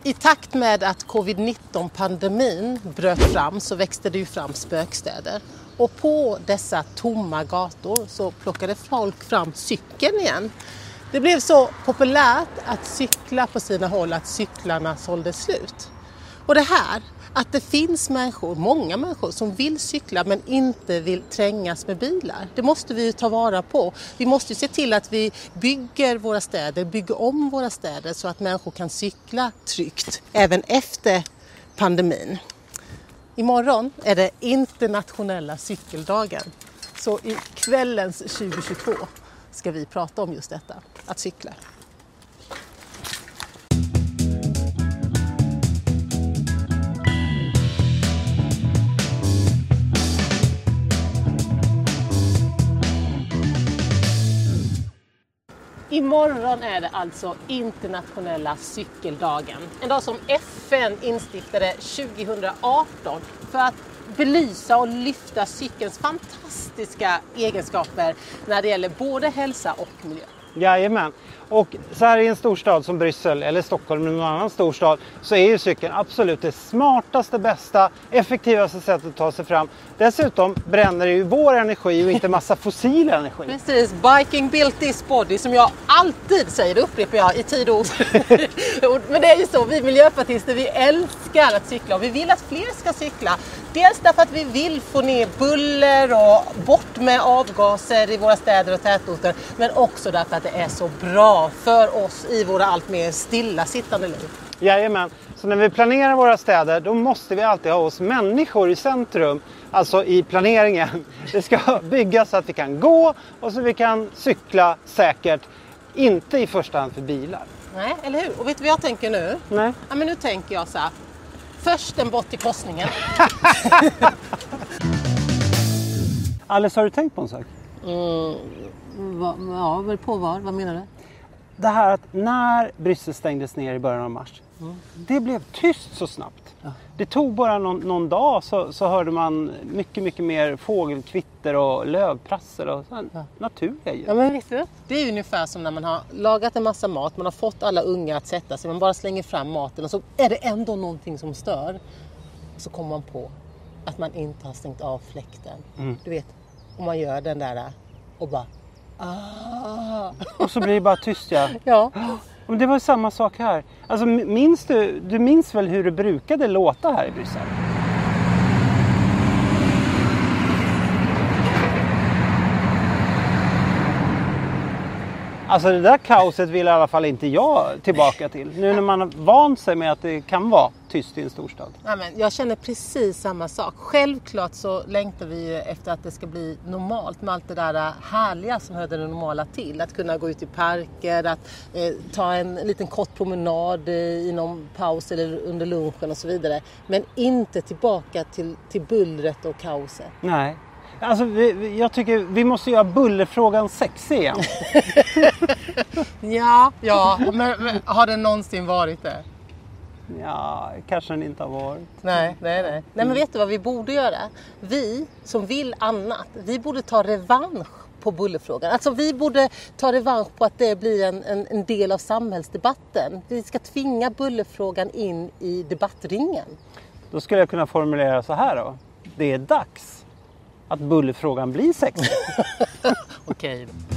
I takt med att covid-19-pandemin bröt fram så växte det ju fram spökstäder. Och på dessa tomma gator så plockade folk fram cykeln igen. Det blev så populärt att cykla på sina håll att cyklarna sålde slut. Och det här, att det finns människor, många människor som vill cykla men inte vill trängas med bilar. Det måste vi ta vara på. Vi måste se till att vi bygger om våra städer så att människor kan cykla tryggt även efter pandemin. Imorgon är det internationella cykeldagen. Så i kvällens 2022 ska vi prata om just detta, att cykla. Imorgon är det alltså internationella cykeldagen. En dag som FN instiftade 2018 för att belysa och lyfta cykelns fantastiska egenskaper när det gäller både hälsa och miljö. Jajamän. Och så här i en storstad som Bryssel eller Stockholm eller någon annan storstad så är ju cykeln absolut det smartaste, bästa, effektivaste sättet att ta sig fram. Dessutom bränner det ju vår energi och inte massa fossil energi. Precis, biking built this body som jag alltid säger, det upprepar jag i tid och men det är ju så, vi miljöpartister vi älskar att cykla och vi vill att fler ska cykla. Dels därför att vi vill få ner buller och bort med avgaser i våra städer och tätorter. Men också därför att det är så bra för oss i våra allt mer stillasittande liv. Jajamän, så när vi planerar våra städer då måste vi alltid ha oss människor i centrum. Alltså i planeringen. Det ska byggas så att vi kan gå och så vi kan cykla säkert. Inte i första hand för bilar. Nej, eller hur? Och vet du vad jag tänker nu? Nej. Ja, men nu tänker jag så här. Först en bort till korsningen. Alice, har du tänkt på en sak? Ja, väl på vad? Vad menar du? Det här att när Bryssel stängdes ner i början av mars. Det blev tyst så snabbt. Ja. Det tog bara någon dag så hörde man mycket mer fågelkvitter och lövprassel och naturliga djur. Ja, men vet du? Det är ungefär som när man har lagat en massa mat, man har fått alla unga att sätta sig, man bara slänger fram maten och så är det ändå någonting som stör. Och så kommer man på att man inte har stängt av fläkten. Du vet, och man gör den där och bara och så blir det bara tyst, ja. Ja. Men det var samma sak här. Alltså, du minns väl hur det brukade låta här i Bryssel? Alltså det där kaoset vill i alla fall inte jag tillbaka till. Nu när man har vant sig med att det kan vara tyst i en storstad. Ja, men jag känner precis samma sak. Självklart så längtar vi efter att det ska bli normalt med allt det där härliga som hör det normala till. Att kunna gå ut i parker, att ta en liten kort promenad i någon paus eller under lunchen och så vidare. Men inte tillbaka till bullret och kaoset. Nej. Alltså, jag tycker vi måste göra bullerfrågan sexig igen. Ja, men har det någonsin varit det? Ja, kanske den inte har varit. Nej, men vet du vad vi borde göra? Vi som vill annat, vi borde ta revansch på bullerfrågan. Alltså vi borde ta revansch på att det blir en del av samhällsdebatten. Vi ska tvinga bullerfrågan in i debattringen. Då skulle jag kunna formulera så här då. Det är dags att bullerfrågan blir sexig. Okej.